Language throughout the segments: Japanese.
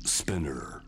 Spinner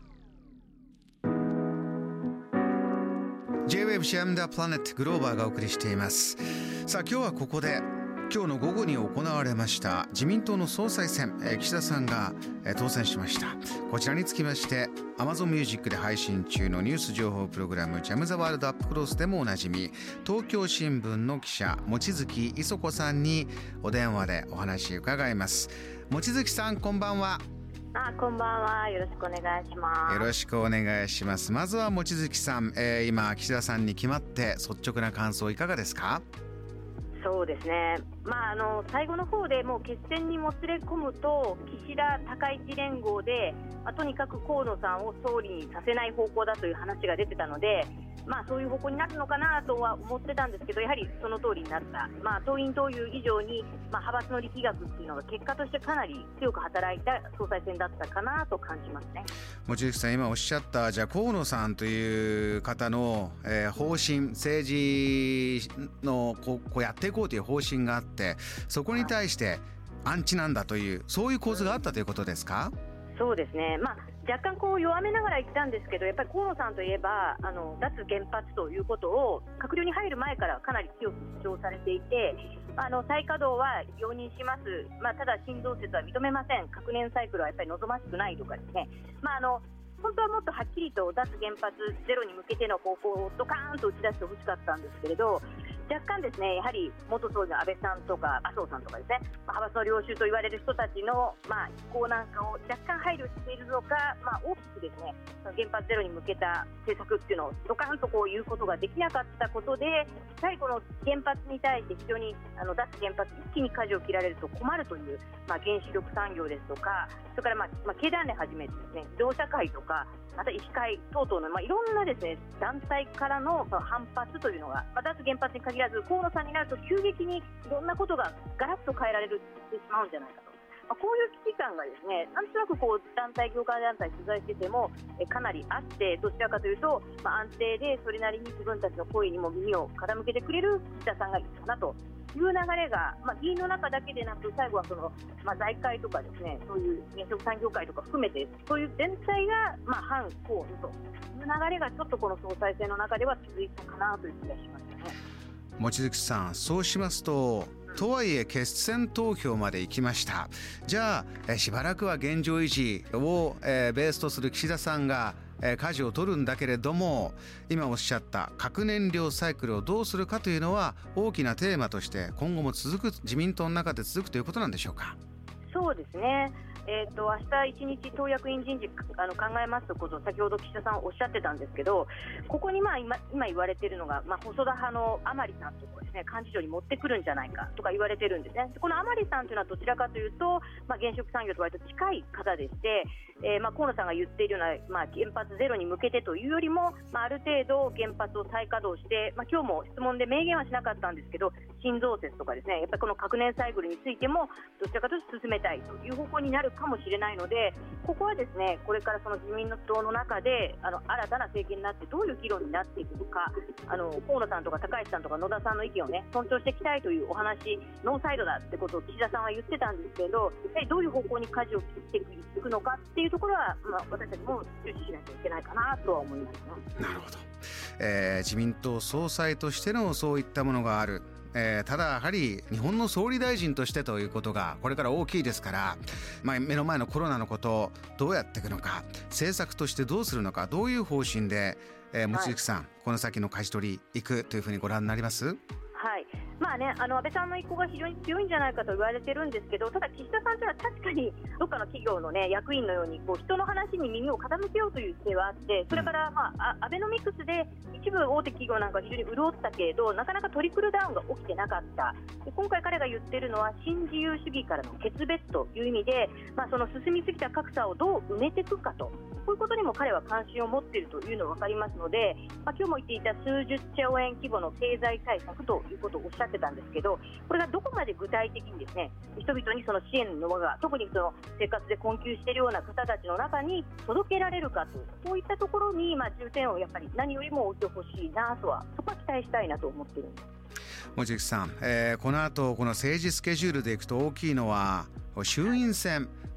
J-Wave シアムダプラネットグローバーがお送りしています。さあ今日はここで今日の午後に行われました自民党の総裁選、岸田さんが当選しました。こちらにつきまして Amazon Music で配信中のニュース情報プログラムジャムザワールドアップクロスでもおなじみ東京新聞の記者望月磯子さんにお電話でお話伺います。望月さん、こんばんは。 こんばんは。よろしくお願いします。 よろしくお願いします。まずは望月さん、今岸田さんに決まって率直な感想いかがですか？ そうですね、最後の方でもう決戦にもつれ込むと岸田高市連合で、とにかく河野さんを総理にさせない方向だという話が出てたので、そういう方向になるのかなとは思ってたんですけど、やはりその通りになった。党員党友以上に、派閥の力学っていうのが結果としてかなり強く働いた総裁選だったかなと感じますね。 望月さん、今おっしゃったじゃあ河野さんという方の、方針、政治のこうやっていこうという方針があって、そこに対してアンチなんだというそういう構図があったということですか？ そうですね、若干弱めながら言ったんですけど、やっぱり河野さんといえば脱原発ということを閣僚に入る前からかなり強く主張されていて、再稼働は容認します、ただ新増設は認めません、核燃サイクルはやっぱり望ましくないとかですね、本当はもっとはっきりと脱原発ゼロに向けての方向をドカーンと打ち出してほしかったんですけれど、若干ですね、やはり元総理の安倍さんとか麻生さんとかですね、派閥の領袖と言われる人たちの意向なんかを若干配慮しているのか、大きくですね原発ゼロに向けた政策っていうのをドカーンと言うことができなかったことで、やはりこの原発に対して非常に脱原発一気に舵を切られると困るという、原子力産業ですとか、それから経団連はじめですね、自動車界とかまた医師会等々の、いろんなですね団体からの反発というのが、脱原発に限らず河野さんになると急激にいろんなことがガラッと変えられてしまうんじゃないかと、こういう危機感がですね、なんとなく団体業界団体取材しててもかなりあって、どちらかというと、安定でそれなりに自分たちの声にも耳を傾けてくれる岸田さんがいいかなという流れが、議員の中だけでなく最後はその、財界とかですね、そういう原子力産業界とか含めてそういう全体が、反河野という流れがちょっとこの総裁選の中では続いたかなという気がしますね。 望月さん、そうしますとはいえ決選投票まで行きました。じゃあしばらくは現状維持を、ベースとする岸田さんが舵を取るんだけれども、今おっしゃった核燃料サイクルをどうするかというのは大きなテーマとして今後も自民党の中で続くということなんでしょうか？ そうですね、明日一日党役員人事考えますとこと先ほど岸田さんおっしゃってたんですけど、ここに今言われているのが、細田派の甘利さんとかですね、幹事長に持ってくるんじゃないかとか言われてるんですね。この甘利さんというのはどちらかというと、原子力産業と割と近い方でして、河野さんが言っているような、原発ゼロに向けてというよりも、ある程度原発を再稼働して、今日も質問で明言はしなかったんですけど、新増設とかですね、やっぱりこの核燃サイクルについてもどちらかというと進めたいという方向になるかもしれないので、ここはですね、これからその自民党の中で新たな政権になってどういう議論になっていくのか、河野さんとか高市さんとか野田さんの意見をね尊重していきたいというお話、ノーサイドだってことを岸田さんは言ってたんですけど、やはりどういう方向に舵を切っていくのかっていうところは、私たちも注視しなきゃいけないかなとは思いますね。 なるほど、自民党総裁としてのそういったものがある。ただやはり日本の総理大臣としてということがこれから大きいですから、目の前のコロナのことをどうやっていくのか、政策としてどうするのか、どういう方針で、望月さん、この先の舵取りいくというふうにご覧になります？ はい、安倍さんの意向が非常に強いんじゃないかと言われてるんですけど、ただ岸田さんというのは確かにどっかの企業の、役員のように人の話に耳を傾けようという姿勢はあって、それから、アベノミクスで一部大手企業なんか非常に潤ったけれど、なかなかトリクルダウンが起きてなかった。で今回彼が言っているのは新自由主義からの決別という意味で、その進みすぎた格差をどう埋めていくかと、こういうことにも彼は関心を持っているというのが分かりますので、今日も言っていた数十兆円規模の経済対策ということをおっしゃってたんですけど、これがどこまで具体的にですね、人々にその支援の輪が特にその生活で困窮しているような方たちの中に届けられるかと、そういったところに重点をやっぱり何よりも置いてほしいなとは、そこは期待したいなと思っているんです。 望月さん、この後この政治スケジュールでいくと大きいのは衆院選、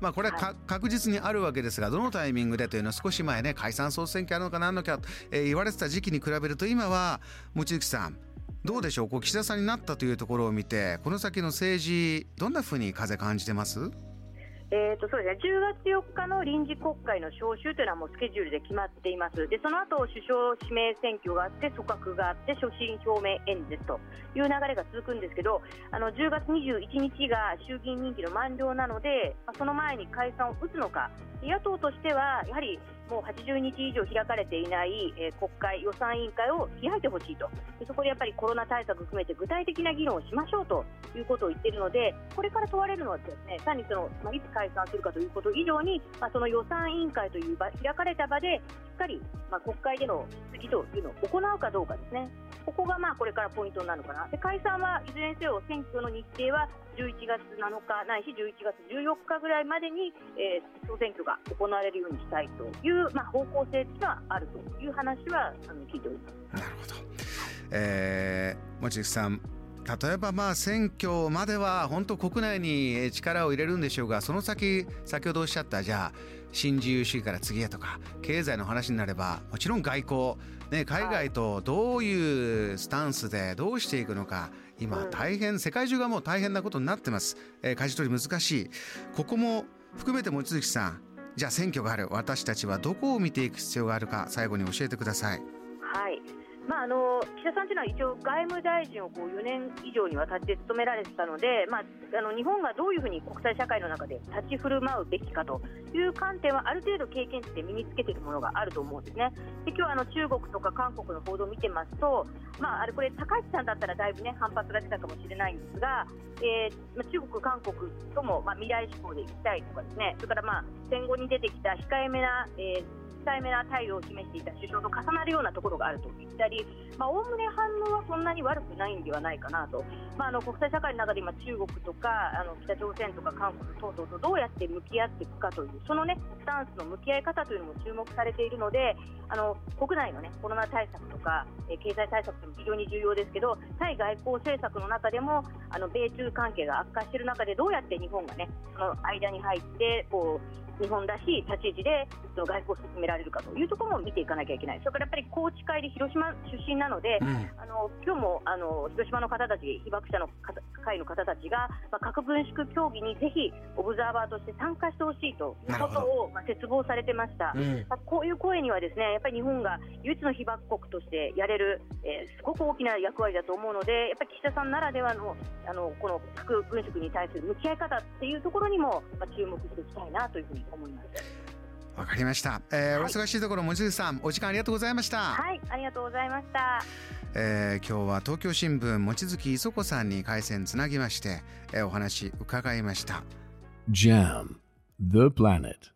これは確実にあるわけですが、どのタイミングでというのは少し前ね、解散総選挙あるのかなんのか、言われてた時期に比べると今は望月さんどうでしょう、岸田さんになったというところを見て、この先の政治どんなふうに風感じてます？ そうですね、10月4日の臨時国会の召集というのはもうスケジュールで決まっています。でその後首相指名選挙があって、組閣があって、所信表明演説という流れが続くんですけど、10月21日が衆議院任期の満了なので、その前に解散を打つのか、野党としてはやはりもう80日以上開かれていない、国会予算委員会を開いてほしいと。でそこでやっぱりコロナ対策を含めて具体的な議論をしましょうということを言っているので、これから問われるのはですね、単にいつ解散するかということ以上に、その予算委員会という開かれた場でしっかり、国会での質疑というのを行うかどうかですね。ここがこれからポイントになるのかな。で解散はいずれにせよ選挙の日程は11月7日ないし11月14日ぐらいまでに、総選挙が行われるようにしたいという、方向性があるという話は聞いております。 なるほど。望月さん、例えば選挙までは本当国内に力を入れるんでしょうが、その先ほどおっしゃったじゃあ新自由主義から次へとか経済の話になれば、もちろん外交、海外とどういうスタンスでどうしていくのか、今大変、世界中がもう大変なことになってます。舵取り難しい。ここも含めて望月さん、じゃあ選挙がある私たちはどこを見ていく必要があるか、最後に教えてください。 はい、岸田さんというのは一応外務大臣を4年以上にわたって務められてたので、日本がどういうふうに国際社会の中で立ち振る舞うべきかという観点はある程度経験値で身につけているものがあると思うんですね。で今日中国とか韓国の報道を見てますと、これ高市さんだったらだいぶ反発が出たかもしれないんですが、中国韓国とも未来志向でいきたいとかですね、それから戦後に出てきた控えめな態度を示していた首相と重なるようなところがあると言ったり、おおむね反応はそんなに悪くないんではないかなと。国際社会の中で今中国とか北朝鮮とか韓国等々とどうやって向き合っていくかという、そのスタンスの向き合い方というのも注目されているので、国内のコロナ対策とか経済対策も非常に重要ですけど、対外交政策の中でも米中関係が悪化している中でどうやって日本がその間に入って日本らしい立ち位置で外交を進められるかというところも見ていかなきゃいけない。それからやっぱり宏池会で広島出身なので、今日も広島の方たち、被爆者の会の方たちが、核軍縮協議にぜひオブザーバーとして参加してほしいということを切望されてました。こういう声にはですね、やっぱり日本が唯一の被爆国としてやれる、すごく大きな役割だと思うので、やっぱり岸田さんならではのこの核軍縮に対する向き合い方っていうところにも注目していきたいなというふうに思います。 わかりました。お忙しいところ望月さん、お時間ありがとうございました。 はい、ありがとうございました。 今日は東京新聞望月磯子さんに回線つなぎまして、お話伺いました。 JAM The Planet